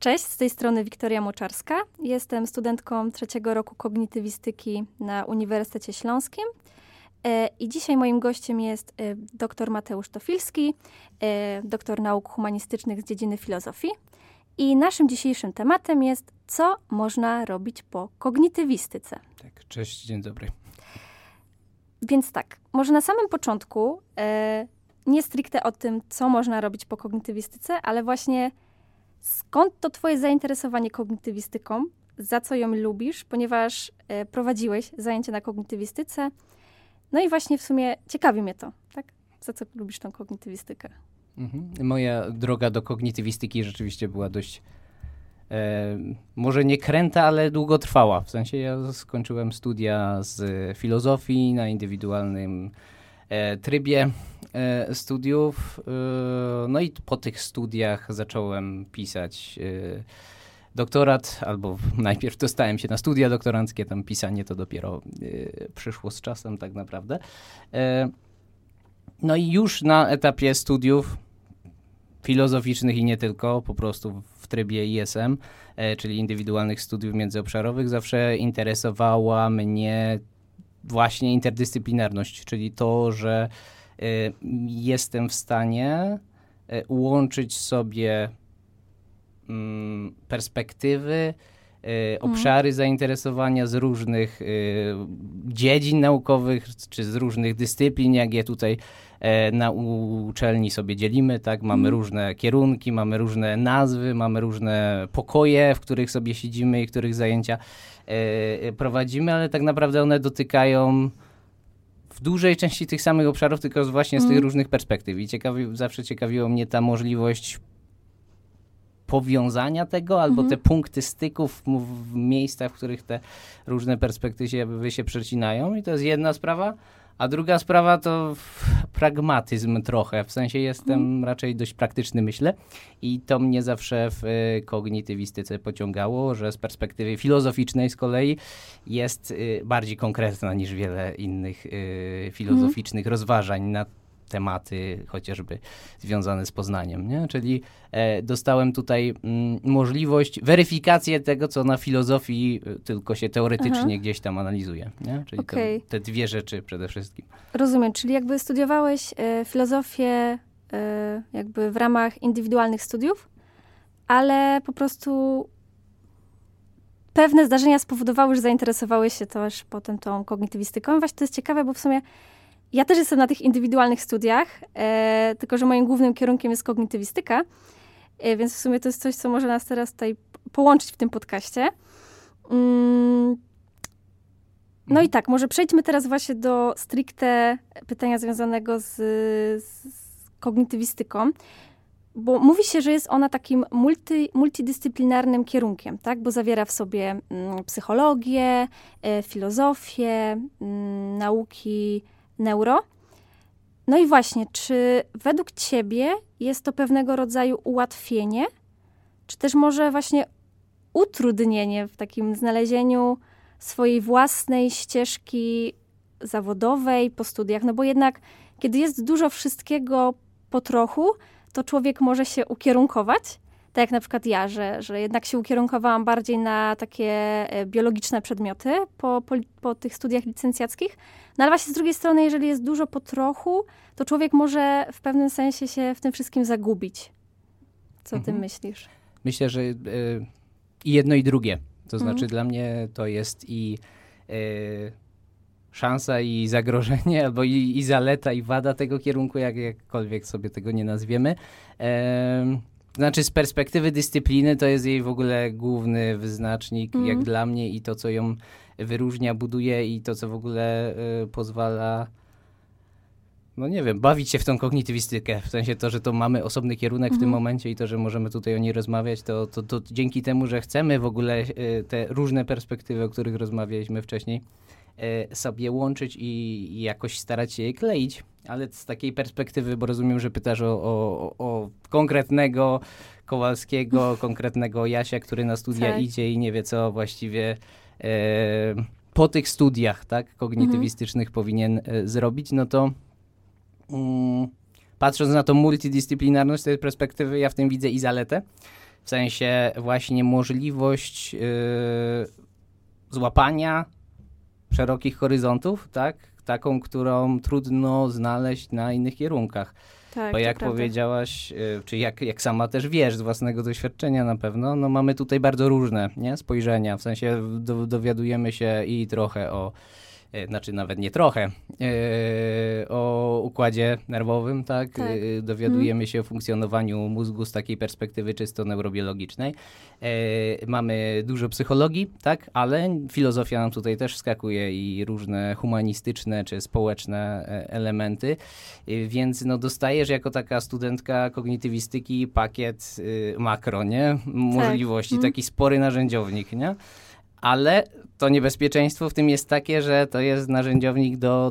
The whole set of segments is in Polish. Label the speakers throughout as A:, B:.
A: Cześć, z tej strony Wiktoria Moczarska. Jestem studentką 3. roku kognitywistyki na Uniwersytecie Śląskim. I dzisiaj moim gościem jest dr Mateusz Tofilski, doktor nauk humanistycznych z dziedziny filozofii. I naszym dzisiejszym tematem jest, co można robić po kognitywistyce.
B: Tak, cześć, dzień dobry.
A: Więc tak, może na samym początku nie stricte o tym, co można robić po kognitywistyce, ale właśnie skąd to twoje zainteresowanie kognitywistyką, za co ją lubisz, ponieważ prowadziłeś zajęcia na kognitywistyce. No i właśnie w sumie ciekawi mnie to, tak? Za co lubisz tą kognitywistykę?
B: Moja droga do kognitywistyki rzeczywiście była dość, może nie kręta, ale długotrwała. W sensie ja skończyłem studia z filozofii na indywidualnym trybie studiów. No i po tych studiach zacząłem pisać doktorat, albo najpierw dostałem się na studia doktoranckie, tam pisanie to dopiero przyszło z czasem tak naprawdę. No i już na etapie studiów filozoficznych i nie tylko, po prostu w trybie ISM, czyli indywidualnych studiów międzyobszarowych, zawsze interesowała mnie właśnie interdyscyplinarność, czyli to, że jestem w stanie łączyć sobie perspektywy, obszary zainteresowania z różnych dziedzin naukowych, czy z różnych dyscyplin, jak je tutaj na uczelni sobie dzielimy, tak? Mamy różne kierunki, mamy różne nazwy, mamy różne pokoje, w których sobie siedzimy i których zajęcia prowadzimy, ale tak naprawdę one dotykają w dużej części tych samych obszarów, tylko właśnie z tych różnych perspektyw. I zawsze ciekawiło mnie ta możliwość powiązania tego, albo te punkty styków w miejscach, w których te różne perspektywy się przecinają. I to jest jedna sprawa. A druga sprawa to pragmatyzm trochę. W sensie jestem raczej dość praktyczny, myślę. I to mnie zawsze w kognitywistyce pociągało, że z perspektywy filozoficznej z kolei jest bardziej konkretna niż wiele innych filozoficznych rozważań na tematy chociażby związane z poznaniem, nie? Czyli dostałem tutaj możliwość weryfikacji tego, co na filozofii tylko się teoretycznie gdzieś tam analizuje, nie? Czyli te dwie rzeczy przede wszystkim.
A: Rozumiem, czyli jakby studiowałeś filozofię jakby w ramach indywidualnych studiów, ale po prostu pewne zdarzenia spowodowały, że zainteresowałeś się też potem tą kognitywistyką. Właśnie to jest ciekawe, bo w sumie ja też jestem na tych indywidualnych studiach, tylko że moim głównym kierunkiem jest kognitywistyka, więc w sumie to jest coś, co może nas teraz tutaj połączyć w tym podcaście. No i tak, może przejdźmy teraz właśnie do stricte pytania związanego z kognitywistyką, bo mówi się, że jest ona takim multidyscyplinarnym kierunkiem, tak? Bo zawiera w sobie psychologię, filozofię, nauki neuro. No i właśnie, czy według ciebie jest to pewnego rodzaju ułatwienie, czy też może właśnie utrudnienie w takim znalezieniu swojej własnej ścieżki zawodowej po studiach? No bo jednak, kiedy jest dużo wszystkiego po trochu, to człowiek może się ukierunkować. Tak jak na przykład ja, że jednak się ukierunkowałam bardziej na takie biologiczne przedmioty po tych studiach licencjackich. No ale właśnie z drugiej strony, jeżeli jest dużo po trochu, to człowiek może w pewnym sensie się w tym wszystkim zagubić. Co ty myślisz?
B: Myślę, że i jedno i drugie. To znaczy dla mnie to jest i szansa i zagrożenie, albo i zaleta i wada tego kierunku, jakkolwiek sobie tego nie nazwiemy. Znaczy z perspektywy dyscypliny to jest jej w ogóle główny wyznacznik, jak dla mnie, i to, co ją wyróżnia, buduje, i to, co w ogóle pozwala, no nie wiem, bawić się w tą kognitywistykę. W sensie to, że to mamy osobny kierunek w tym momencie i to, że możemy tutaj o niej rozmawiać, to dzięki temu, że chcemy w ogóle te różne perspektywy, o których rozmawialiśmy wcześniej, sobie łączyć i jakoś starać się je kleić, ale z takiej perspektywy, bo rozumiem, że pytasz o konkretnego Kowalskiego, konkretnego Jasia, który na studia idzie i nie wie, co właściwie po tych studiach, tak, kognitywistycznych powinien zrobić, no to patrząc na tą multidyscyplinarność z tej perspektywy, ja w tym widzę i zaletę, W sensie właśnie możliwość złapania szerokich horyzontów, tak? Taką, którą trudno znaleźć na innych kierunkach.
A: Tak,
B: bo jak
A: prawda.
B: powiedziałaś, czy jak sama też wiesz z własnego doświadczenia na pewno, no mamy tutaj bardzo różne, nie, spojrzenia. W sensie dowiadujemy się i trochę znaczy nawet nie trochę, o układzie nerwowym, tak?
A: Tak.
B: Dowiadujemy się o funkcjonowaniu mózgu z takiej perspektywy czysto neurobiologicznej. Mamy dużo psychologii, tak? Ale filozofia nam tutaj też wskakuje i różne humanistyczne czy społeczne elementy, więc no dostajesz jako taka studentka kognitywistyki pakiet makro, nie? Możliwości, taki spory narzędziownik, nie? Ale to niebezpieczeństwo w tym jest takie, że to jest narzędziownik do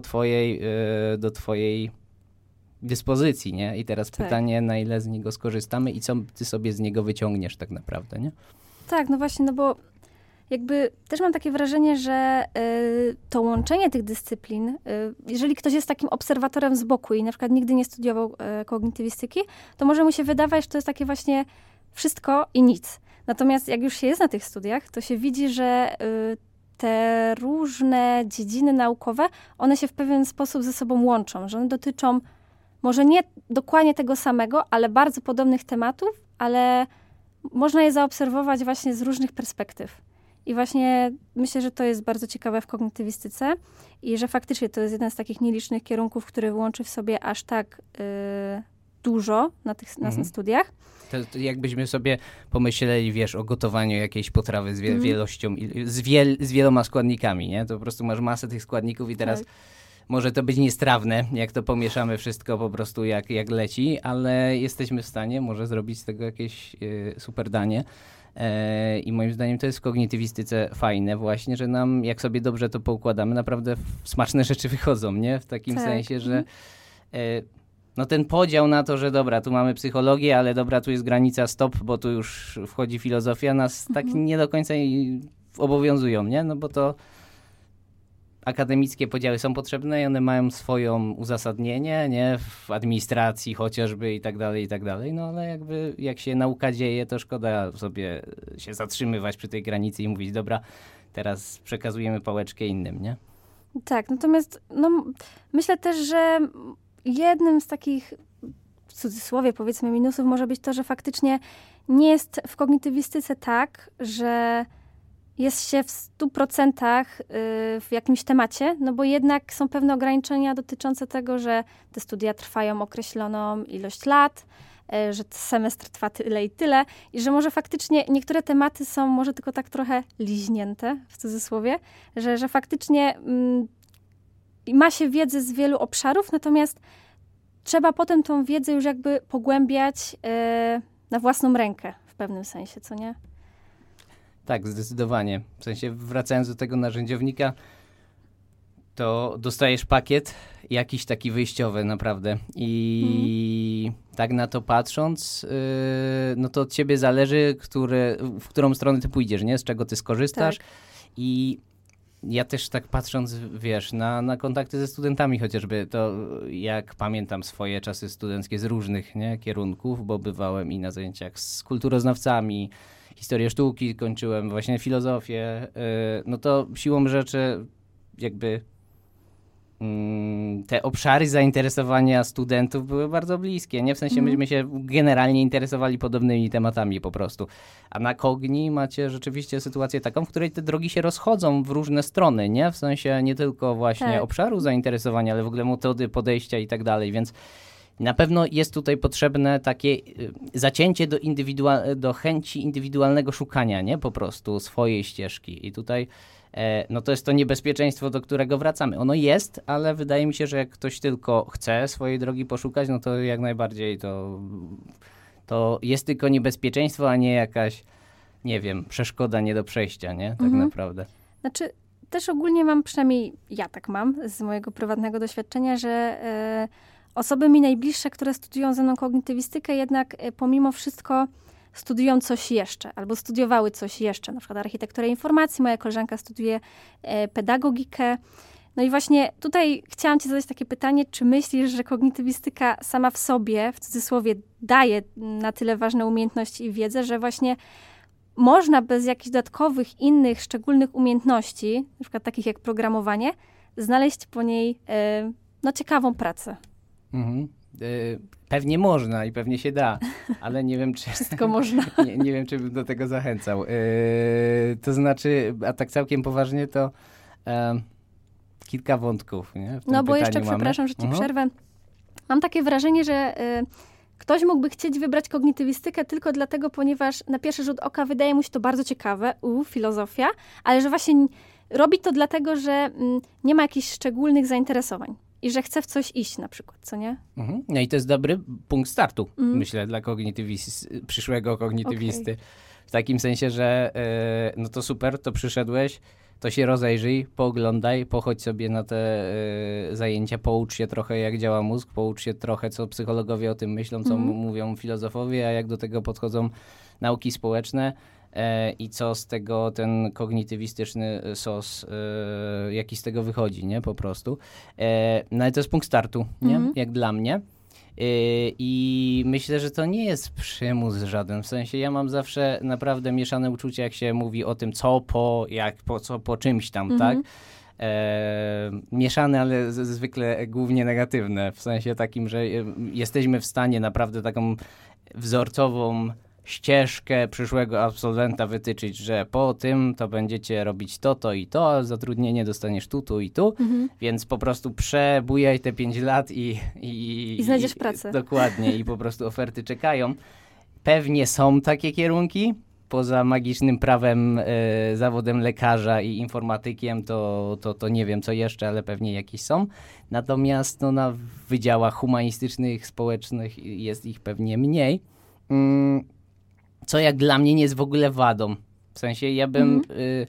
B: twojej dyspozycji, nie? I teraz pytanie, na ile z niego skorzystamy i co ty sobie z niego wyciągniesz tak naprawdę, nie?
A: Tak, no właśnie, no bo jakby też mam takie wrażenie, że to łączenie tych dyscyplin, jeżeli ktoś jest takim obserwatorem z boku i na przykład nigdy nie studiował kognitywistyki, to może mu się wydawać, że to jest takie właśnie wszystko i nic. Natomiast jak już się jest na tych studiach, to się widzi, że te różne dziedziny naukowe, one się w pewien sposób ze sobą łączą, że one dotyczą może nie dokładnie tego samego, ale bardzo podobnych tematów, ale można je zaobserwować właśnie z różnych perspektyw. I właśnie myślę, że to jest bardzo ciekawe w kognitywistyce i że faktycznie to jest jeden z takich nielicznych kierunków, który łączy w sobie aż tak dużo na studiach.
B: To jakbyśmy sobie pomyśleli, wiesz, o gotowaniu jakiejś potrawy z wielością, z wieloma składnikami, nie? To po prostu masz masę tych składników i teraz może to być niestrawne, jak to pomieszamy wszystko po prostu jak leci, ale jesteśmy w stanie może zrobić z tego jakieś super danie. I moim zdaniem to jest w kognitywistyce fajne właśnie, że nam, jak sobie dobrze to poukładamy, naprawdę smaczne rzeczy wychodzą, nie? W takim sensie, że no ten podział na to, że dobra, tu mamy psychologię, ale dobra, tu jest granica stop, bo tu już wchodzi filozofia, nas tak nie do końca obowiązują, nie? No bo to akademickie podziały są potrzebne i one mają swoje uzasadnienie, nie? W administracji chociażby i tak dalej, no ale jakby jak się nauka dzieje, to szkoda sobie się zatrzymywać przy tej granicy i mówić, dobra, teraz przekazujemy pałeczkę innym, nie?
A: Tak, natomiast no, myślę też, że jednym z takich, w cudzysłowie powiedzmy, minusów może być to, że faktycznie nie jest w kognitywistyce tak, że jest się w 100% w jakimś temacie, no bo jednak są pewne ograniczenia dotyczące tego, że te studia trwają określoną ilość lat, że semestr trwa tyle i tyle i że może faktycznie niektóre tematy są może tylko tak trochę liźnięte, w cudzysłowie, że faktycznie ma się wiedzę z wielu obszarów, natomiast trzeba potem tą wiedzę już jakby pogłębiać na własną rękę w pewnym sensie, co nie?
B: Tak, zdecydowanie. W sensie wracając do tego narzędziownika, to dostajesz pakiet jakiś taki wyjściowy naprawdę i tak na to patrząc, no to od ciebie zależy, w którą stronę ty pójdziesz, nie? Z czego ty skorzystasz i ja też tak patrząc, wiesz, na kontakty ze studentami chociażby, to jak pamiętam swoje czasy studenckie z różnych kierunków, bo bywałem i na zajęciach z kulturoznawcami, historię sztuki kończyłem, właśnie filozofię, no to siłą rzeczy jakby te obszary zainteresowania studentów były bardzo bliskie, nie? W sensie myśmy się generalnie interesowali podobnymi tematami po prostu. A na Kogni macie rzeczywiście sytuację taką, w której te drogi się rozchodzą w różne strony, nie? W sensie nie tylko właśnie obszaru zainteresowania, ale w ogóle metody podejścia i tak dalej, więc na pewno jest tutaj potrzebne takie zacięcie do chęci indywidualnego szukania, nie? Po prostu swojej ścieżki. I tutaj no to jest to niebezpieczeństwo, do którego wracamy. Ono jest, ale wydaje mi się, że jak ktoś tylko chce swojej drogi poszukać, no to jak najbardziej to jest tylko niebezpieczeństwo, a nie jakaś, nie wiem, przeszkoda nie do przejścia, nie? Tak naprawdę.
A: Znaczy, też ogólnie mam, przynajmniej ja tak mam z mojego prywatnego doświadczenia, że osoby mi najbliższe, które studiują ze mną kognitywistykę, jednak pomimo wszystko studiują coś jeszcze, albo studiowały coś jeszcze, na przykład architekturę informacji, moja koleżanka studiuje pedagogikę, No i właśnie tutaj chciałam ci zadać takie pytanie, czy myślisz, że kognitywistyka sama w sobie, w cudzysłowie, daje na tyle ważne umiejętności i wiedzę, że właśnie można bez jakichś dodatkowych, innych, szczególnych umiejętności, na przykład takich jak programowanie, znaleźć po niej ciekawą pracę?
B: Mhm. Pewnie można i pewnie się da, ale nie wiem, czy...
A: Wszystko można.
B: Nie wiem, czy bym do tego zachęcał. To znaczy, a tak całkiem poważnie, to kilka wątków, nie? W tym
A: No bo jeszcze,
B: pytaniu mamy.
A: przepraszam, że ci przerwę. Mam takie wrażenie, że ktoś mógłby chcieć wybrać kognitywistykę tylko dlatego, ponieważ na pierwszy rzut oka wydaje mu się to bardzo ciekawe, filozofia, ale że właśnie robi to dlatego, że nie ma jakichś szczególnych zainteresowań. I że chce w coś iść na przykład, co nie?
B: No i to jest dobry punkt startu, myślę, dla przyszłego kognitywisty. Okay. W takim sensie, że no to super, to przyszedłeś, to się rozejrzyj, pooglądaj, pochodź sobie na te zajęcia, poucz się trochę, jak działa mózg, poucz się trochę, co psychologowie o tym myślą, co mówią filozofowie, a jak do tego podchodzą nauki społeczne. I co z tego ten kognitywistyczny sos, jaki z tego wychodzi, nie? Po prostu. No ale to jest punkt startu, nie? Jak dla mnie. I myślę, że to nie jest przymus żaden. W sensie ja mam zawsze naprawdę mieszane uczucia, jak się mówi o tym, co po czymś tam, tak? Mieszane, ale zwykle głównie negatywne. W sensie takim, że jesteśmy w stanie naprawdę taką wzorcową ścieżkę przyszłego absolwenta wytyczyć, że po tym to będziecie robić to i to, a zatrudnienie dostaniesz tu i tu, więc po prostu przebujaj te 5 lat i
A: znajdziesz pracę.
B: Dokładnie, i po prostu oferty czekają. Pewnie są takie kierunki, poza magicznym prawem, zawodem lekarza i informatykiem, to nie wiem co jeszcze, ale pewnie jakieś są. Natomiast no, na wydziałach humanistycznych, społecznych jest ich pewnie mniej. Co jak dla mnie nie jest w ogóle wadą. W sensie ja bym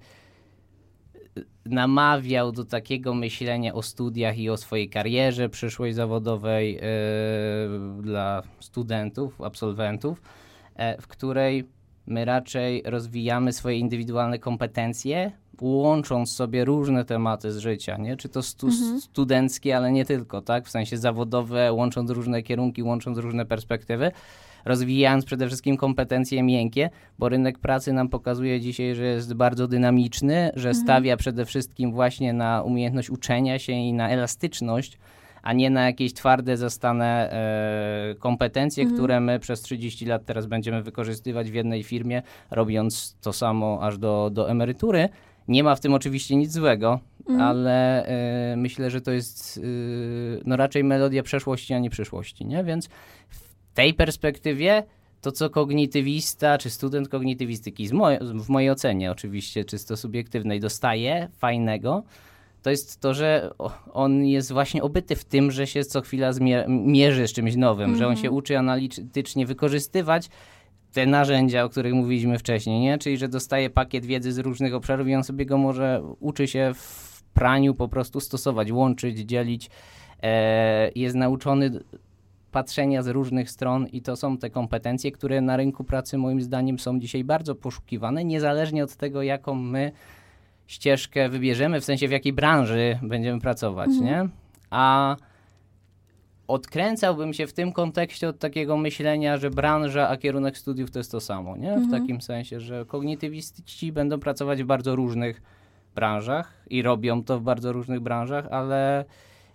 B: namawiał do takiego myślenia o studiach i o swojej karierze przyszłej zawodowej dla studentów, absolwentów, w której my raczej rozwijamy swoje indywidualne kompetencje, łącząc sobie różne tematy z życia, nie? Czy to studenckie, ale nie tylko, tak? W sensie zawodowe, łącząc różne kierunki, łącząc różne perspektywy, rozwijając przede wszystkim kompetencje miękkie, bo rynek pracy nam pokazuje dzisiaj, że jest bardzo dynamiczny, że stawia przede wszystkim właśnie na umiejętność uczenia się i na elastyczność, a nie na jakieś twarde, zastane kompetencje, które my przez 30 lat teraz będziemy wykorzystywać w jednej firmie, robiąc to samo aż do emerytury. Nie ma w tym oczywiście nic złego, ale myślę, że to jest no raczej melodia przeszłości, a nie przyszłości, nie? Więc w tej perspektywie to, co kognitywista czy student kognitywistyki, w mojej ocenie oczywiście, czysto subiektywnej, dostaje fajnego, to jest to, że on jest właśnie obyty w tym, że się co chwila mierzy z czymś nowym, że on się uczy analitycznie wykorzystywać te narzędzia, o których mówiliśmy wcześniej, nie? Czyli, że dostaje pakiet wiedzy z różnych obszarów i on sobie go uczy się w praniu po prostu stosować, łączyć, dzielić. Jest nauczony patrzenia z różnych stron i to są te kompetencje, które na rynku pracy moim zdaniem są dzisiaj bardzo poszukiwane, niezależnie od tego, jaką my ścieżkę wybierzemy, w sensie w jakiej branży będziemy pracować, nie? A odkręcałbym się w tym kontekście od takiego myślenia, że branża, a kierunek studiów to jest to samo, nie? W takim sensie, że kognitywiści będą pracować w bardzo różnych branżach i robią to w bardzo różnych branżach, ale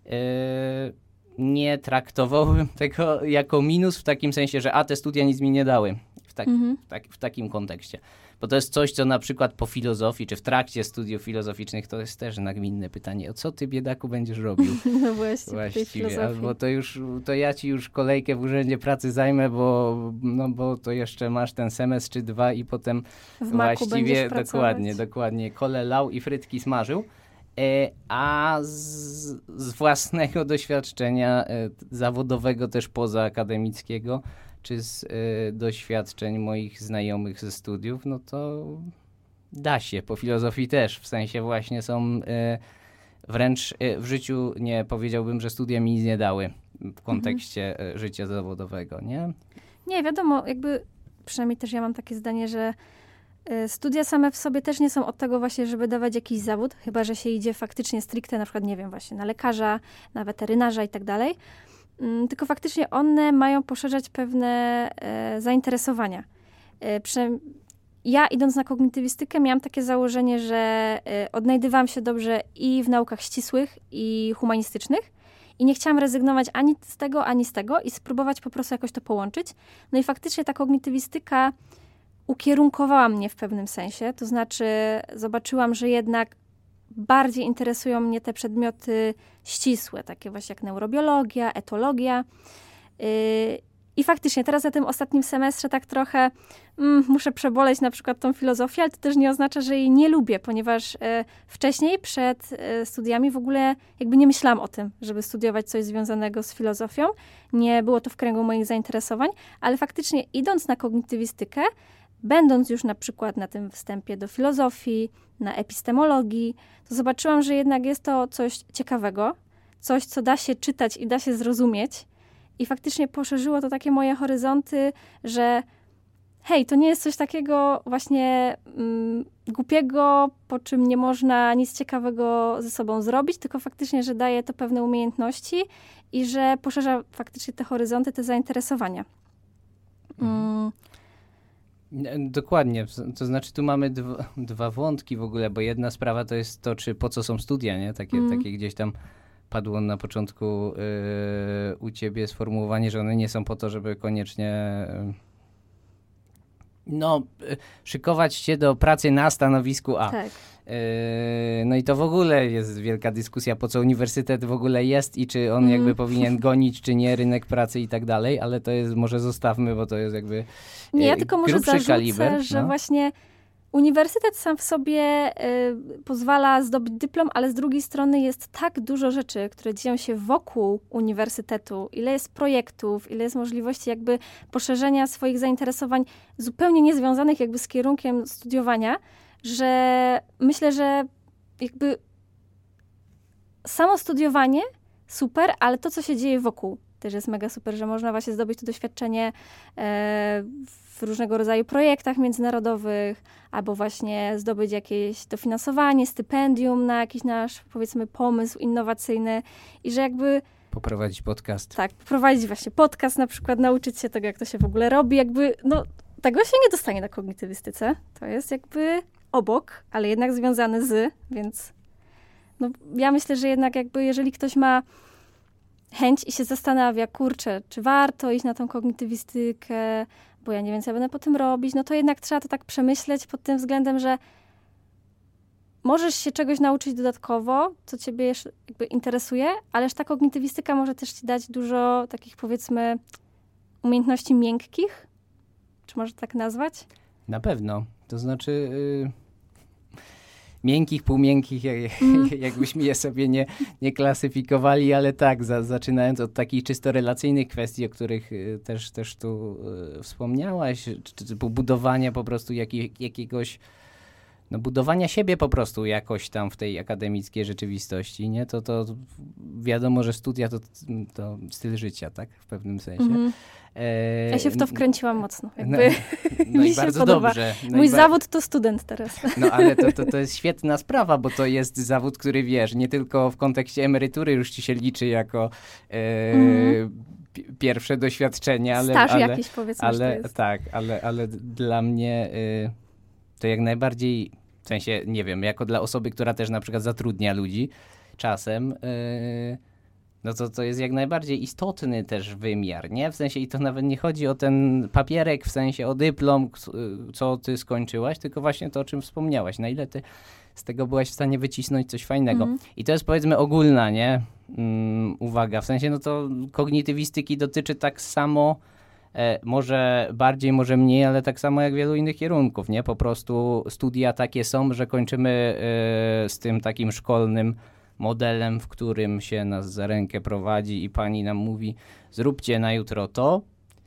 B: nie traktowałbym tego jako minus w takim sensie, że te studia nic mi nie dały w takim kontekście. Bo to jest coś, co na przykład po filozofii, czy w trakcie studiów filozoficznych, to jest też nagminne pytanie, o co ty, biedaku, będziesz robił?
A: No właściwie.
B: Albo to ja ci już kolejkę w urzędzie pracy zajmę, bo to jeszcze masz ten semestr czy 2 i potem
A: w właściwie
B: dokładnie kole lał i frytki smażył. A z własnego doświadczenia zawodowego, też pozaakademickiego, czy z doświadczeń moich znajomych ze studiów, no to da się. Po filozofii też, w sensie właśnie są wręcz w życiu nie powiedziałbym, że studia mi nic nie dały w kontekście życia zawodowego, nie?
A: Nie, wiadomo, jakby przynajmniej też ja mam takie zdanie, że Studia same w sobie też nie są od tego właśnie, żeby dawać jakiś zawód, chyba że się idzie faktycznie stricte, na przykład, nie wiem, właśnie na lekarza, na weterynarza i tak dalej. Tylko faktycznie one mają poszerzać pewne zainteresowania. Ja idąc na kognitywistykę miałam takie założenie, że odnajdywałam się dobrze i w naukach ścisłych, i humanistycznych. I nie chciałam rezygnować ani z tego, ani z tego i spróbować po prostu jakoś to połączyć. No i faktycznie ta kognitywistyka ukierunkowała mnie w pewnym sensie. To znaczy zobaczyłam, że jednak bardziej interesują mnie te przedmioty ścisłe, takie właśnie jak neurobiologia, etologia. I faktycznie teraz na tym ostatnim semestrze tak trochę muszę przeboleć na przykład tą filozofię, ale to też nie oznacza, że jej nie lubię, ponieważ wcześniej przed studiami w ogóle jakby nie myślałam o tym, żeby studiować coś związanego z filozofią. Nie było to w kręgu moich zainteresowań, ale faktycznie idąc na kognitywistykę, będąc już na przykład na tym wstępie do filozofii, na epistemologii, to zobaczyłam, że jednak jest to coś ciekawego, coś, co da się czytać i da się zrozumieć. I faktycznie poszerzyło to takie moje horyzonty, że hej, to nie jest coś takiego właśnie głupiego, po czym nie można nic ciekawego ze sobą zrobić, tylko faktycznie, że daje to pewne umiejętności i że poszerza faktycznie te horyzonty, te zainteresowania.
B: Dokładnie, to znaczy tu mamy dwa wątki w ogóle, bo jedna sprawa to jest to, czy po co są studia, nie? Takie gdzieś tam padło na początku u ciebie sformułowanie, że one nie są po to, żeby koniecznie szykować się do pracy na stanowisku A.
A: Tak.
B: No i to w ogóle jest wielka dyskusja, po co uniwersytet w ogóle jest i czy on jakby powinien gonić, czy nie, rynek pracy i tak dalej, ale to jest, może zostawmy, bo to jest jakby
A: nie, ja tylko może zarzucę,
B: kaliber,
A: że właśnie uniwersytet sam w sobie pozwala zdobyć dyplom, ale z drugiej strony jest tak dużo rzeczy, które dzieją się wokół uniwersytetu. Ile jest projektów, ile jest możliwości jakby poszerzenia swoich zainteresowań zupełnie niezwiązanych jakby z kierunkiem studiowania, że myślę, że jakby samo studiowanie super, ale to, co się dzieje wokół, też jest mega super, że można właśnie zdobyć to doświadczenie w różnego rodzaju projektach międzynarodowych, albo właśnie zdobyć jakieś dofinansowanie, stypendium na jakiś nasz, powiedzmy, pomysł innowacyjny i że jakby
B: poprowadzić podcast.
A: Tak, poprowadzić właśnie podcast, na przykład nauczyć się tego, jak to się w ogóle robi, jakby, tego się nie dostanie na kognitywistyce. To jest jakby obok, ale jednak związane z, więc ja myślę, że jednak jakby jeżeli ktoś ma chęć i się zastanawia, kurczę, czy warto iść na tą kognitywistykę, bo ja nie wiem, co ja będę po tym robić, to jednak trzeba to tak przemyśleć pod tym względem, że możesz się czegoś nauczyć dodatkowo, co ciebie jakby interesuje, ależ ta kognitywistyka może też ci dać dużo takich, powiedzmy, umiejętności miękkich, czy może tak nazwać?
B: Na pewno. To znaczy miękkich, półmiękkich, jakbyśmy je sobie nie klasyfikowali, ale tak, zaczynając od takich czysto relacyjnych kwestii, o których też tu wspomniałaś, czy budowania po prostu jakiegoś, budowania siebie po prostu jakoś tam w tej akademickiej rzeczywistości, nie? To wiadomo, że studia to styl życia, tak? W pewnym sensie.
A: Ja się w to wkręciłam mocno. Jakby
B: i bardzo
A: podoba.
B: Dobrze.
A: Mój zawód to student teraz.
B: Ale to jest świetna sprawa, bo to jest zawód, który wiesz, nie tylko w kontekście emerytury już ci się liczy jako pierwsze doświadczenie, ale...
A: Staż jakiś, powiedzmy, że to jest.
B: Tak, ale dla mnie to jak najbardziej, w sensie, nie wiem, jako dla osoby, która też na przykład zatrudnia ludzi czasem, to jest jak najbardziej istotny też wymiar, nie? W sensie, i to nawet nie chodzi o ten papierek, w sensie o dyplom, co ty skończyłaś, tylko właśnie to, o czym wspomniałaś. Na ile ty z tego byłaś w stanie wycisnąć coś fajnego. I to jest, powiedzmy, ogólna, nie? Uwaga. W sensie, to kognitywistyki dotyczy tak samo, może bardziej, może mniej, ale tak samo jak wielu innych kierunków, nie? Po prostu studia takie są, że kończymy z tym takim szkolnym modelem, w którym się nas za rękę prowadzi i pani nam mówi, zróbcie na jutro to,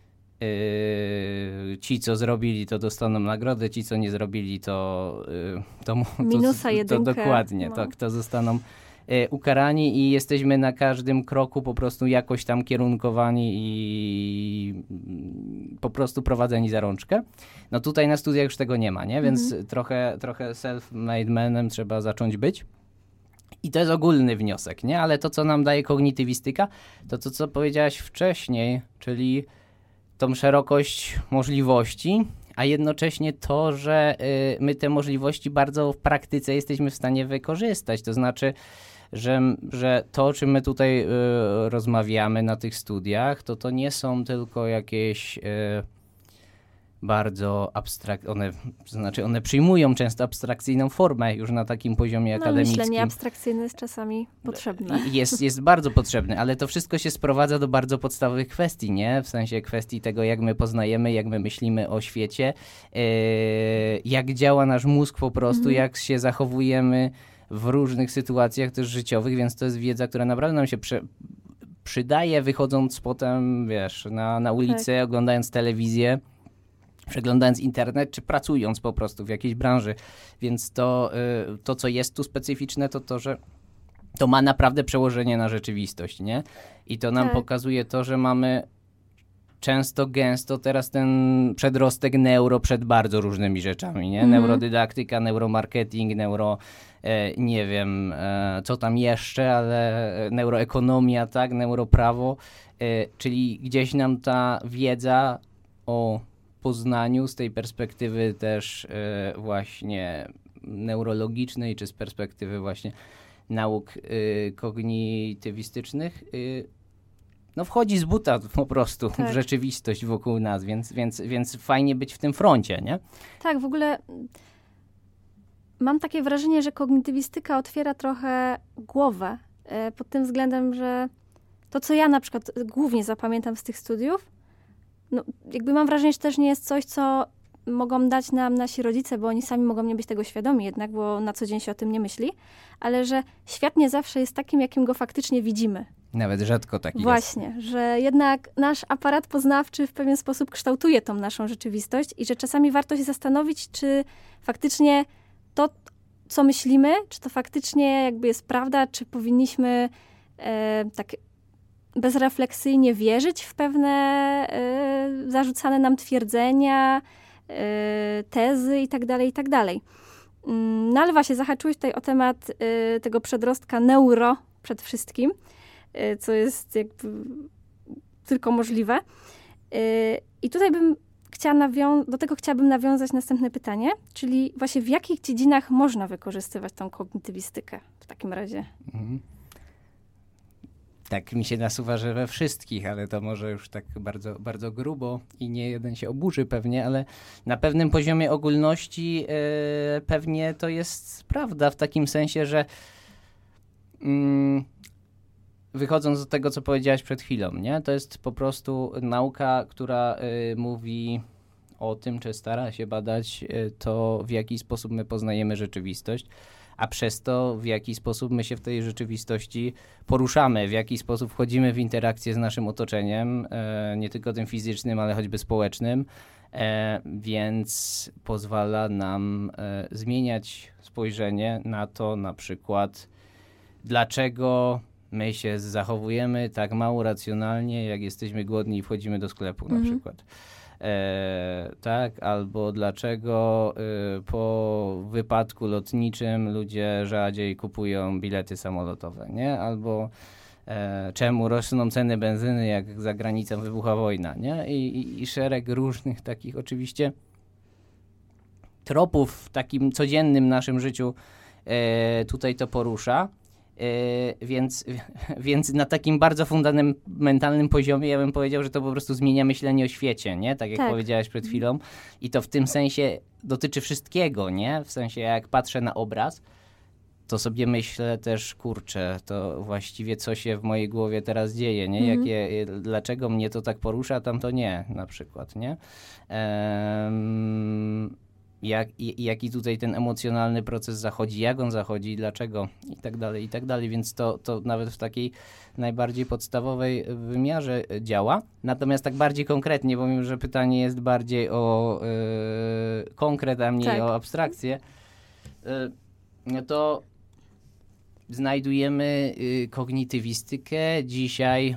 B: ci, co zrobili, to dostaną nagrodę, ci, co nie zrobili, to
A: minusa, jedynkę.
B: Dokładnie, to zostaną ukarani i jesteśmy na każdym kroku po prostu jakoś tam kierunkowani i po prostu prowadzeni za rączkę. No tutaj na studiach już tego nie ma, nie? Więc trochę self-made manem trzeba zacząć być. I to jest ogólny wniosek, nie? Ale to, co nam daje kognitywistyka, to co powiedziałaś wcześniej, czyli tą szerokość możliwości, a jednocześnie to, że my te możliwości bardzo w praktyce jesteśmy w stanie wykorzystać. To znaczy, że to, o czym my tutaj rozmawiamy na tych studiach, to nie są tylko jakieś bardzo abstrakcyjne, to znaczy one przyjmują często abstrakcyjną formę już na takim poziomie akademickim.
A: Myślenie abstrakcyjne jest czasami potrzebne.
B: Jest bardzo potrzebne, ale to wszystko się sprowadza do bardzo podstawowych kwestii, nie? W sensie kwestii tego, jak my poznajemy, jak my myślimy o świecie, jak działa nasz mózg po prostu, jak się zachowujemy w różnych sytuacjach też życiowych, więc to jest wiedza, która naprawdę nam się przydaje, wychodząc potem, wiesz, na ulicę, oglądając telewizję, przeglądając internet, czy pracując po prostu w jakiejś branży. Więc to, co jest tu specyficzne, to że to ma naprawdę przełożenie na rzeczywistość, nie? I to nam pokazuje to, że mamy często, gęsto teraz ten przedrostek neuro przed bardzo różnymi rzeczami, nie? Neurodydaktyka, neuromarketing, nie wiem, co tam jeszcze, ale neuroekonomia, tak? Neuroprawo, czyli gdzieś nam ta wiedza o poznaniu z tej perspektywy też właśnie neurologicznej, czy z perspektywy właśnie nauk kognitywistycznych, no wchodzi z buta po prostu w rzeczywistość wokół nas, więc fajnie być w tym froncie, nie?
A: Tak, w ogóle mam takie wrażenie, że kognitywistyka otwiera trochę głowę pod tym względem, że to, co ja na przykład głównie zapamiętam z tych studiów, no jakby mam wrażenie, że też nie jest coś, co mogą dać nam nasi rodzice, bo oni sami mogą nie być tego świadomi jednak, bo na co dzień się o tym nie myśli, ale że świat nie zawsze jest takim, jakim go faktycznie widzimy.
B: Nawet rzadko taki jest.
A: Właśnie, że jednak nasz aparat poznawczy w pewien sposób kształtuje tą naszą rzeczywistość i że czasami warto się zastanowić, czy faktycznie to, co myślimy, czy to faktycznie jakby jest prawda, czy powinniśmy tak bezrefleksyjnie wierzyć w pewne zarzucane nam twierdzenia, tezy itd., itd. No ale właśnie, zahaczyłeś tutaj o temat tego przedrostka neuro przed wszystkim, co jest jakby tylko możliwe. I tutaj do tego chciałabym nawiązać następne pytanie, czyli właśnie w jakich dziedzinach można wykorzystywać tą kognitywistykę w takim razie?
B: Tak mi się nasuwa, że we wszystkich, ale to może już tak bardzo, bardzo grubo i nie jeden się oburzy pewnie, ale na pewnym poziomie ogólności pewnie to jest prawda w takim sensie, że wychodząc do tego, co powiedziałaś przed chwilą, nie? To jest po prostu nauka, która mówi o tym, czy stara się badać to, w jaki sposób my poznajemy rzeczywistość, a przez to, w jaki sposób my się w tej rzeczywistości poruszamy, w jaki sposób wchodzimy w interakcję z naszym otoczeniem, nie tylko tym fizycznym, ale choćby społecznym, więc pozwala nam zmieniać spojrzenie na to, na przykład, dlaczego my się zachowujemy tak mało racjonalnie, jak jesteśmy głodni i wchodzimy do sklepu na przykład. Tak, albo dlaczego po wypadku lotniczym ludzie rzadziej kupują bilety samolotowe, nie? Albo czemu rosną ceny benzyny, jak za granicą wybucha wojna, nie? I szereg różnych takich oczywiście tropów w takim codziennym naszym życiu tutaj to porusza. Więc na takim bardzo fundamentalnym poziomie ja bym powiedział, że to po prostu zmienia myślenie o świecie, nie? Tak jak powiedziałaś przed chwilą. I to w tym sensie dotyczy wszystkiego, nie? W sensie jak patrzę na obraz, to sobie myślę też, kurczę, to właściwie co się w mojej głowie teraz dzieje, nie? Dlaczego mnie to tak porusza, a tamto nie, na przykład, nie? Jaki tutaj ten emocjonalny proces zachodzi, jak on zachodzi, dlaczego i tak dalej, więc to nawet w takiej najbardziej podstawowej wymiarze działa. Natomiast tak bardziej konkretnie, bo mimo że pytanie jest bardziej o konkret, a mniej o abstrakcję, to znajdujemy kognitywistykę dzisiaj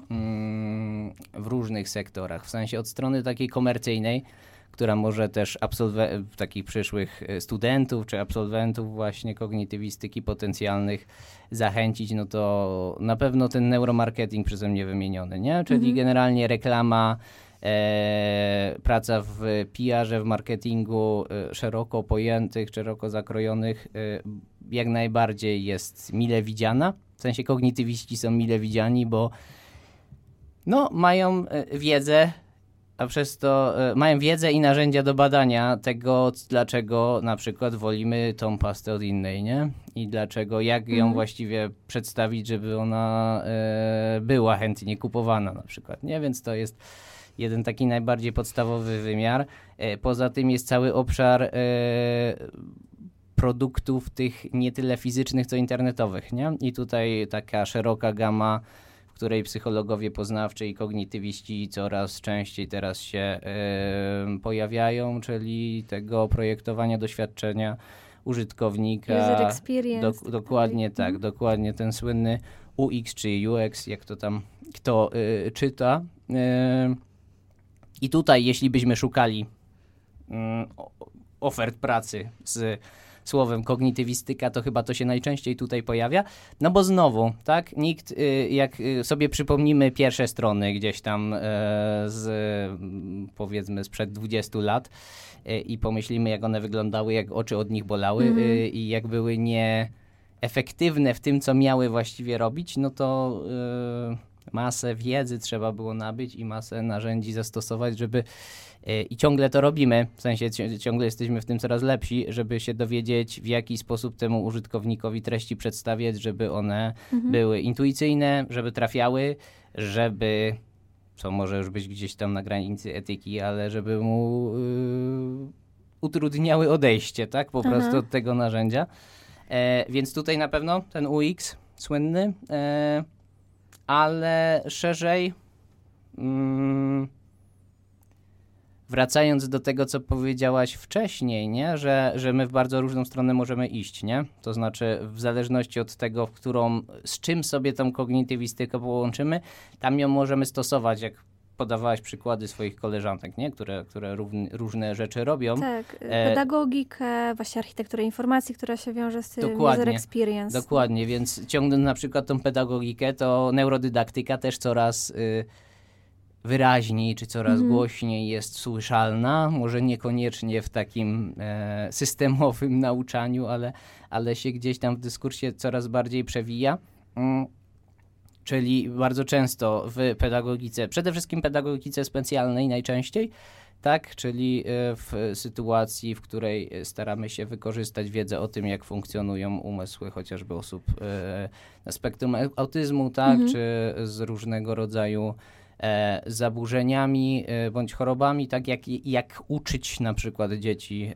B: w różnych sektorach, w sensie od strony takiej komercyjnej, która może też takich przyszłych studentów czy absolwentów właśnie kognitywistyki potencjalnych zachęcić, no to na pewno ten neuromarketing przeze mnie wymieniony, nie? Czyli generalnie reklama, praca w PR-ze, w marketingu szeroko pojętych, szeroko zakrojonych jak najbardziej jest mile widziana. W sensie kognitywiści są mile widziani, bo mają wiedzę, a przez to mają wiedzę i narzędzia do badania tego, dlaczego na przykład wolimy tą pastę od innej, nie? I dlaczego, jak ją właściwie przedstawić, żeby ona była chętnie kupowana na przykład, nie? Więc to jest jeden taki najbardziej podstawowy wymiar. Poza tym jest cały obszar produktów tych nie tyle fizycznych, co internetowych, nie? I tutaj taka szeroka gama, w której psychologowie poznawczy i kognitywiści coraz częściej teraz się pojawiają, czyli tego projektowania doświadczenia użytkownika.
A: User experience.
B: Dokładnie tak, dokładnie ten słynny UX czy UX, jak to tam kto czyta. I tutaj, jeśli byśmy szukali ofert pracy z słowem kognitywistyka, to chyba to się najczęściej tutaj pojawia. No bo znowu, tak, nikt, jak sobie przypomnimy pierwsze strony gdzieś tam powiedzmy sprzed 20 lat i pomyślimy, jak one wyglądały, jak oczy od nich bolały i jak były nieefektywne w tym, co miały właściwie robić, no to masę wiedzy trzeba było nabyć i masę narzędzi zastosować, żeby i ciągle to robimy, w sensie ciągle jesteśmy w tym coraz lepsi, żeby się dowiedzieć, w jaki sposób temu użytkownikowi treści przedstawiać, żeby one były intuicyjne, żeby trafiały, żeby, co może już być gdzieś tam na granicy etyki, ale żeby mu utrudniały odejście, tak, po prostu od tego narzędzia. Więc tutaj na pewno ten UX słynny, ale szerzej wracając do tego, co powiedziałaś wcześniej, nie? Że my w bardzo różną stronę możemy iść, nie? To znaczy w zależności od tego, z czym sobie tą kognitywistykę połączymy, tam ją możemy stosować, jak podawałaś przykłady swoich koleżanek, nie? Które różne rzeczy robią.
A: Tak, pedagogikę, właśnie architekturę informacji, która się wiąże z tym user experience.
B: Dokładnie, więc ciągnąc na przykład tą pedagogikę, to neurodydaktyka też coraz wyraźniej czy coraz głośniej jest słyszalna, może niekoniecznie w takim systemowym nauczaniu, ale się gdzieś tam w dyskursie coraz bardziej przewija. Czyli bardzo często w pedagogice, przede wszystkim pedagogice specjalnej najczęściej, tak, czyli w sytuacji, w której staramy się wykorzystać wiedzę o tym, jak funkcjonują umysły chociażby osób na spektrum autyzmu, tak, czy z różnego rodzaju zaburzeniami bądź chorobami, tak jak uczyć na przykład dzieci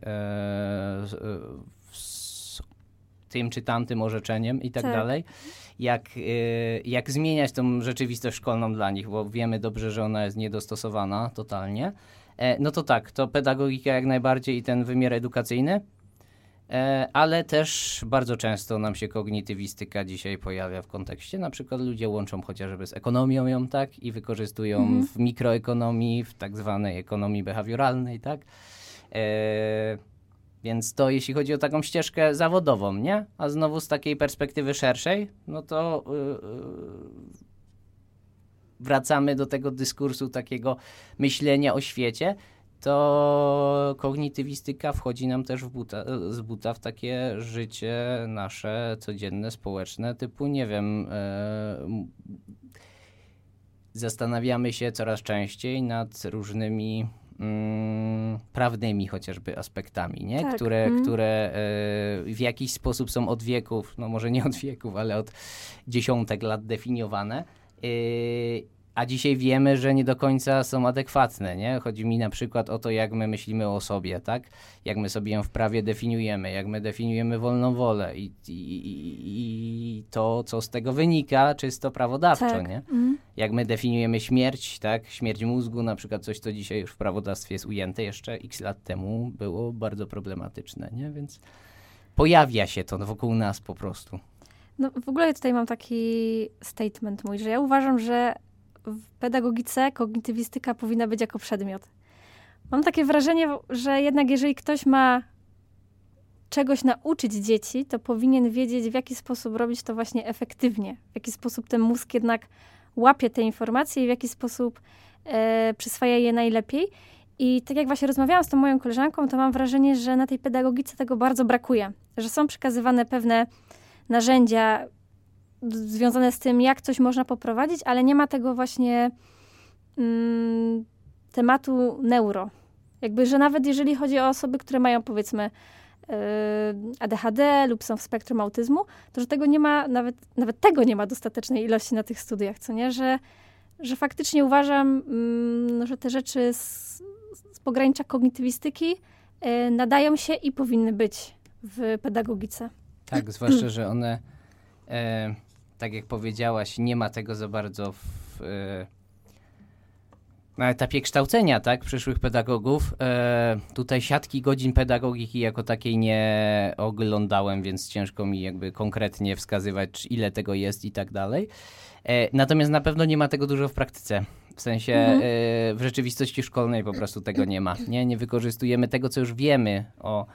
B: z tym czy tamtym orzeczeniem i tak dalej. Jak zmieniać tą rzeczywistość szkolną dla nich, bo wiemy dobrze, że ona jest niedostosowana totalnie. No to tak, to pedagogika jak najbardziej i ten wymiar edukacyjny, ale też bardzo często nam się kognitywistyka dzisiaj pojawia w kontekście, na przykład ludzie łączą chociażby z ekonomią ją, tak, i wykorzystują w mikroekonomii, w tak zwanej ekonomii behawioralnej, tak. Więc to jeśli chodzi o taką ścieżkę zawodową, nie? A znowu z takiej perspektywy szerszej, no to wracamy do tego dyskursu takiego myślenia o świecie, to kognitywistyka wchodzi nam też z buta w takie życie nasze codzienne, społeczne, typu, nie wiem, zastanawiamy się coraz częściej nad różnymi prawnymi chociażby aspektami, nie?
A: Tak.
B: Które w jakiś sposób są od wieków, no może nie od wieków, ale od dziesiątek lat definiowane. A dzisiaj wiemy, że nie do końca są adekwatne, nie? Chodzi mi na przykład o to, jak my myślimy o sobie, tak? Jak my sobie ją w prawie definiujemy, jak my definiujemy wolną wolę i to, co z tego wynika, czysto prawodawczo,
A: tak.
B: nie? Jak my definiujemy śmierć, tak? Śmierć mózgu, na przykład coś, co dzisiaj już w prawodawstwie jest ujęte, jeszcze x lat temu było bardzo problematyczne, nie? Więc pojawia się to wokół nas po prostu.
A: No w ogóle tutaj mam taki statement mój, że ja uważam, że w pedagogice kognitywistyka powinna być jako przedmiot. Mam takie wrażenie, że jednak jeżeli ktoś ma czegoś nauczyć dzieci, to powinien wiedzieć, w jaki sposób robić to właśnie efektywnie. W jaki sposób ten mózg jednak łapie te informacje i w jaki sposób przyswaja je najlepiej. I tak jak właśnie rozmawiałam z tą moją koleżanką, to mam wrażenie, że na tej pedagogice tego bardzo brakuje. Że są przekazywane pewne narzędzia związane z tym, jak coś można poprowadzić, ale nie ma tego właśnie tematu neuro. Jakby, że nawet jeżeli chodzi o osoby, które mają powiedzmy ADHD lub są w spektrum autyzmu, to że tego nie ma, nawet tego nie ma dostatecznej ilości na tych studiach, co nie? Że faktycznie uważam, że te rzeczy z pogranicza kognitywistyki nadają się i powinny być w pedagogice.
B: Tak, zwłaszcza, że one, tak jak powiedziałaś, nie ma tego za bardzo na etapie kształcenia, tak, przyszłych pedagogów. Tutaj siatki godzin pedagogiki jako takiej nie oglądałem, więc ciężko mi jakby konkretnie wskazywać, ile tego jest i tak dalej. Natomiast na pewno nie ma tego dużo w praktyce. W sensie w rzeczywistości szkolnej po prostu tego nie ma. Nie wykorzystujemy tego, co już wiemy o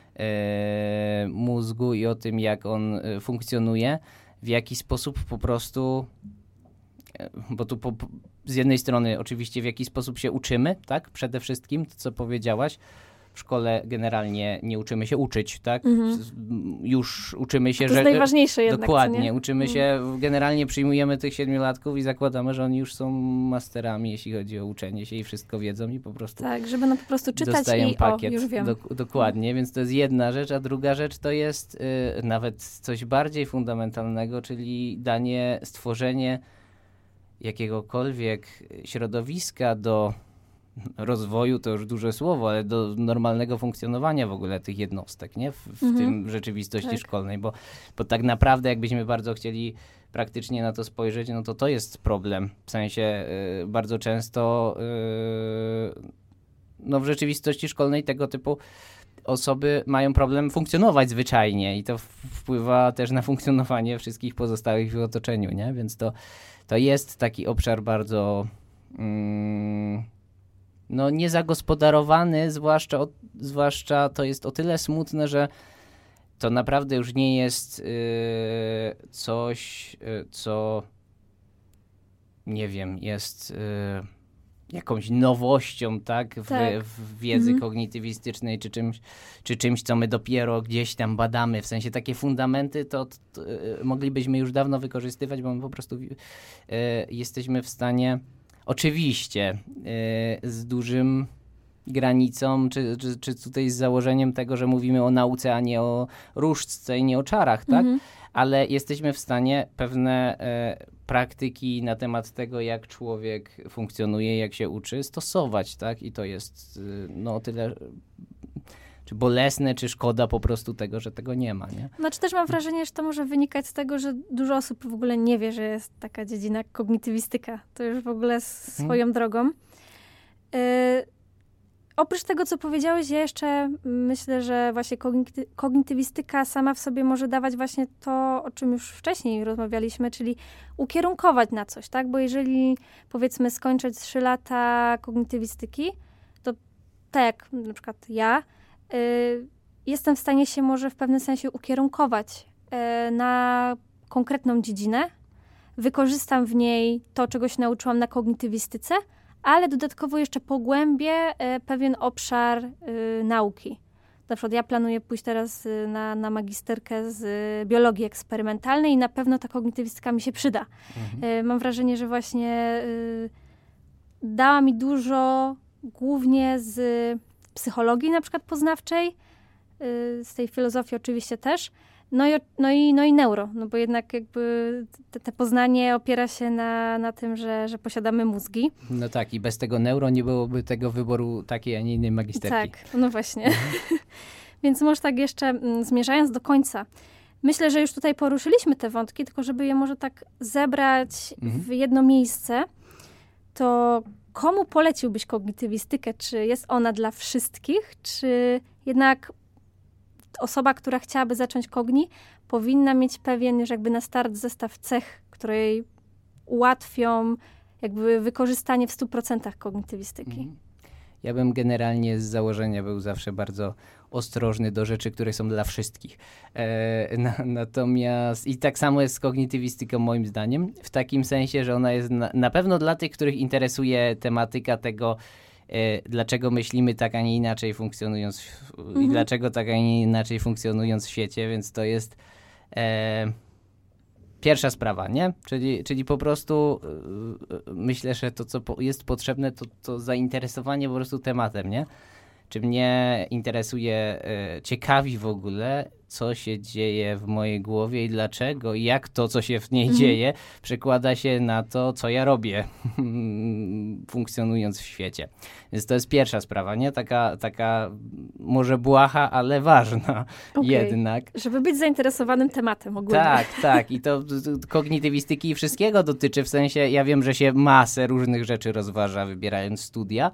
B: mózgu i o tym, jak on funkcjonuje, w jaki sposób po prostu, bo tu z jednej strony oczywiście w jaki sposób się uczymy, tak? Przede wszystkim, to co powiedziałaś, w szkole generalnie nie uczymy się uczyć, tak? Już uczymy się,
A: to jest najważniejsze jednak.
B: Dokładnie, uczymy się, generalnie przyjmujemy tych 7-latków i zakładamy, że oni już są masterami, jeśli chodzi o uczenie się i wszystko wiedzą i po prostu
A: tak, żeby no po prostu czytać
B: dostają
A: i
B: pakiet.
A: już wiem.
B: Dokładnie, więc to jest jedna rzecz, a druga rzecz to jest nawet coś bardziej fundamentalnego, czyli stworzenie jakiegokolwiek środowiska do rozwoju, to już duże słowo, ale do normalnego funkcjonowania w ogóle tych jednostek, nie? W tym rzeczywistości szkolnej, bo tak naprawdę jakbyśmy bardzo chcieli praktycznie na to spojrzeć, no to jest problem. W sensie bardzo często no w rzeczywistości szkolnej tego typu osoby mają problem funkcjonować zwyczajnie i to wpływa też na funkcjonowanie wszystkich pozostałych w otoczeniu, nie? Więc to jest taki obszar bardzo no niezagospodarowany, zwłaszcza to jest o tyle smutne, że to naprawdę już nie jest coś, co nie wiem, jest jakąś nowością, tak? W wiedzy kognitywistycznej, czy czymś, co my dopiero gdzieś tam badamy. W sensie takie fundamenty to moglibyśmy już dawno wykorzystywać, bo my po prostu jesteśmy w stanie, oczywiście z dużym granicą, czy tutaj z założeniem tego, że mówimy o nauce, a nie o różdżce i nie o czarach, tak? Ale jesteśmy w stanie pewne praktyki na temat tego, jak człowiek funkcjonuje, jak się uczy, stosować, tak? I to jest no o tyle czy bolesne, czy szkoda po prostu tego, że tego nie ma, nie?
A: Znaczy też mam wrażenie, że to może wynikać z tego, że dużo osób w ogóle nie wie, że jest taka dziedzina jak kognitywistyka. To już w ogóle swoją drogą. Oprócz tego, co powiedziałeś, ja jeszcze myślę, że właśnie kognitywistyka sama w sobie może dawać właśnie to, o czym już wcześniej rozmawialiśmy, czyli ukierunkować na coś, tak? Bo jeżeli, powiedzmy, skończę 3 lata kognitywistyki, to tak jak na przykład ja, jestem w stanie się może w pewnym sensie ukierunkować na konkretną dziedzinę, wykorzystam w niej to, czego się nauczyłam na kognitywistyce, ale dodatkowo jeszcze pogłębię pewien obszar nauki. Na przykład ja planuję pójść teraz na magisterkę z biologii eksperymentalnej i na pewno ta kognitywistyka mi się przyda. Mam wrażenie, że właśnie dała mi dużo, głównie z psychologii na przykład poznawczej, z tej filozofii oczywiście też, no i neuro, no bo jednak jakby te poznanie opiera się na tym, że posiadamy mózgi.
B: No tak, i bez tego neuro nie byłoby tego wyboru takiej, a nie innej magisterki.
A: Tak, no właśnie. Więc może tak jeszcze zmierzając do końca, myślę, że już tutaj poruszyliśmy te wątki, tylko żeby je może tak zebrać w jedno miejsce, to komu poleciłbyś kognitywistykę? Czy jest ona dla wszystkich, czy jednak osoba, która chciałaby zacząć Cogni, powinna mieć pewien już jakby na start zestaw cech, które jej ułatwią jakby wykorzystanie w 100% kognitywistyki.
B: Ja bym generalnie z założenia był zawsze bardzo ostrożny do rzeczy, które są dla wszystkich. Natomiast i tak samo jest z kognitywistyką moim zdaniem, w takim sensie, że ona jest na pewno dla tych, których interesuje tematyka tego, dlaczego myślimy tak, a nie inaczej funkcjonując i dlaczego tak, a nie inaczej funkcjonując w świecie, więc to jest pierwsza sprawa, nie? Czyli po prostu myślę, że to, co jest potrzebne, to zainteresowanie po prostu tematem, nie? Czy mnie interesuje, ciekawi w ogóle, co się dzieje w mojej głowie i dlaczego, i jak to, co się w niej dzieje, przekłada się na to, co ja robię, funkcjonując w świecie. Więc to jest pierwsza sprawa, nie? Taka może błaha, ale ważna jednak.
A: Żeby być zainteresowanym tematem ogólnie.
B: Tak. I to kognitywistyki i wszystkiego dotyczy, w sensie ja wiem, że się masę różnych rzeczy rozważa, wybierając studia.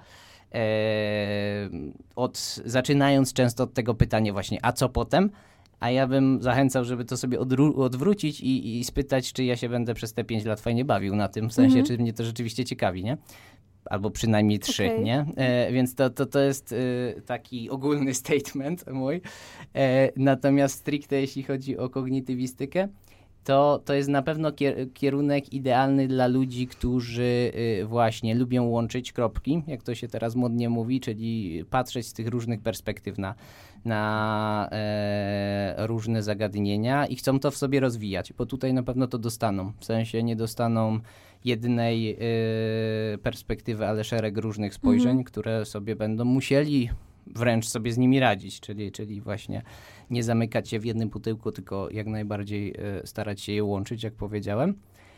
B: Zaczynając często od tego pytania właśnie, a co potem? A ja bym zachęcał, żeby to sobie odwrócić i spytać, czy ja się będę przez te 5 lat fajnie bawił na tym, w sensie, czy mnie to rzeczywiście ciekawi, nie? Albo przynajmniej 3, nie? Więc to jest taki ogólny statement mój. Natomiast stricte jeśli chodzi o kognitywistykę, to jest na pewno kierunek idealny dla ludzi, którzy właśnie lubią łączyć kropki, jak to się teraz modnie mówi, czyli patrzeć z tych różnych perspektyw na różne zagadnienia i chcą to w sobie rozwijać, bo tutaj na pewno to dostaną. W sensie nie dostaną jednej perspektywy, ale szereg różnych spojrzeń, które sobie będą musieli wręcz sobie z nimi radzić, czyli właśnie nie zamykać się w jednym pudełku, tylko jak najbardziej starać się je łączyć, jak powiedziałem.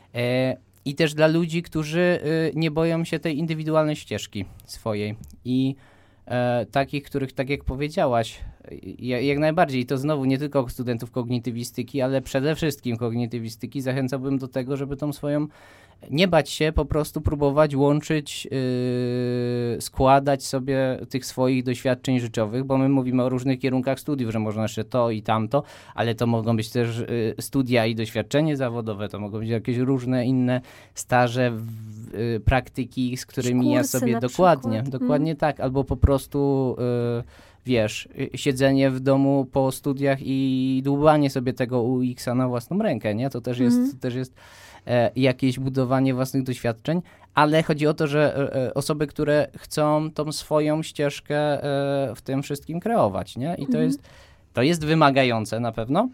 B: I też dla ludzi, którzy nie boją się tej indywidualnej ścieżki swojej i takich, których, tak jak powiedziałaś, jak najbardziej, to znowu nie tylko studentów kognitywistyki, ale przede wszystkim kognitywistyki zachęcałbym do tego, żeby tą swoją, nie bać się, po prostu próbować łączyć, składać sobie tych swoich doświadczeń życiowych, bo my mówimy o różnych kierunkach studiów, że można jeszcze to i tamto, ale to mogą być też studia i doświadczenie zawodowe, to mogą być jakieś różne inne staże, praktyki, z którymi ja sobie dokładnie tak, albo po prostu wiesz, siedzenie w domu po studiach i dłubanie sobie tego UX-a na własną rękę, nie? To też jest jakieś budowanie własnych doświadczeń, ale chodzi o to, że osoby, które chcą tą swoją ścieżkę w tym wszystkim kreować, nie? I to jest wymagające na pewno,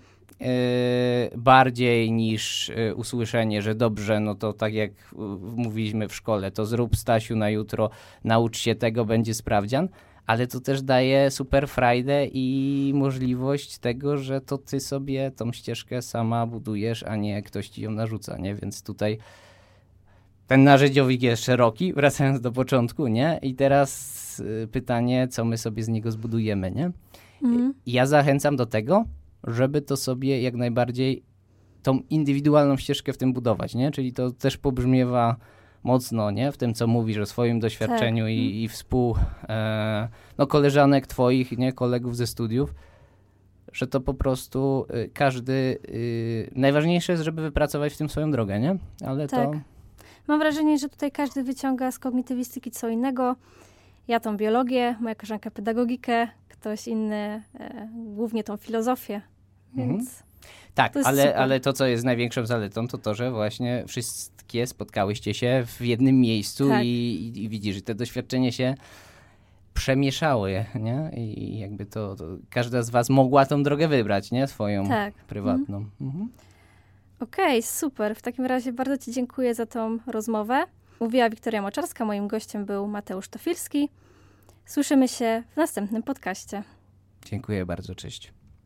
B: bardziej niż usłyszenie, że dobrze, no to tak jak mówiliśmy w szkole, to zrób, Stasiu, na jutro, naucz się tego, będzie sprawdzian, ale to też daje super frajdę i możliwość tego, że to ty sobie tą ścieżkę sama budujesz, a nie ktoś ci ją narzuca, nie? Więc tutaj ten narzędziowik jest szeroki, wracając do początku, nie? I teraz pytanie, co my sobie z niego zbudujemy, nie? Ja zachęcam do tego, żeby to sobie jak najbardziej tą indywidualną ścieżkę w tym budować, nie? Czyli to też pobrzmiewa mocno, nie? W tym, co mówisz o swoim doświadczeniu i koleżanek twoich, nie? Kolegów ze studiów, że to po prostu każdy, najważniejsze jest, żeby wypracować w tym swoją drogę, nie? Ale
A: tak.
B: to...
A: Mam wrażenie, że tutaj każdy wyciąga z kognitywistyki co innego. Ja tą biologię, moja koleżanka pedagogikę, ktoś inny głównie tą filozofię, więc...
B: Tak, ale to, co jest największą zaletą, to, że właśnie wszystkie spotkałyście się w jednym miejscu i widzisz, że te doświadczenia się przemieszały, nie? I jakby to każda z was mogła tą drogę wybrać, nie? Swoją prywatną.
A: Okej, super. W takim razie bardzo ci dziękuję za tą rozmowę. Mówiła Wiktoria Moczarska, moim gościem był Mateusz Tofilski. Słyszymy się w następnym podcaście.
B: Dziękuję bardzo, cześć.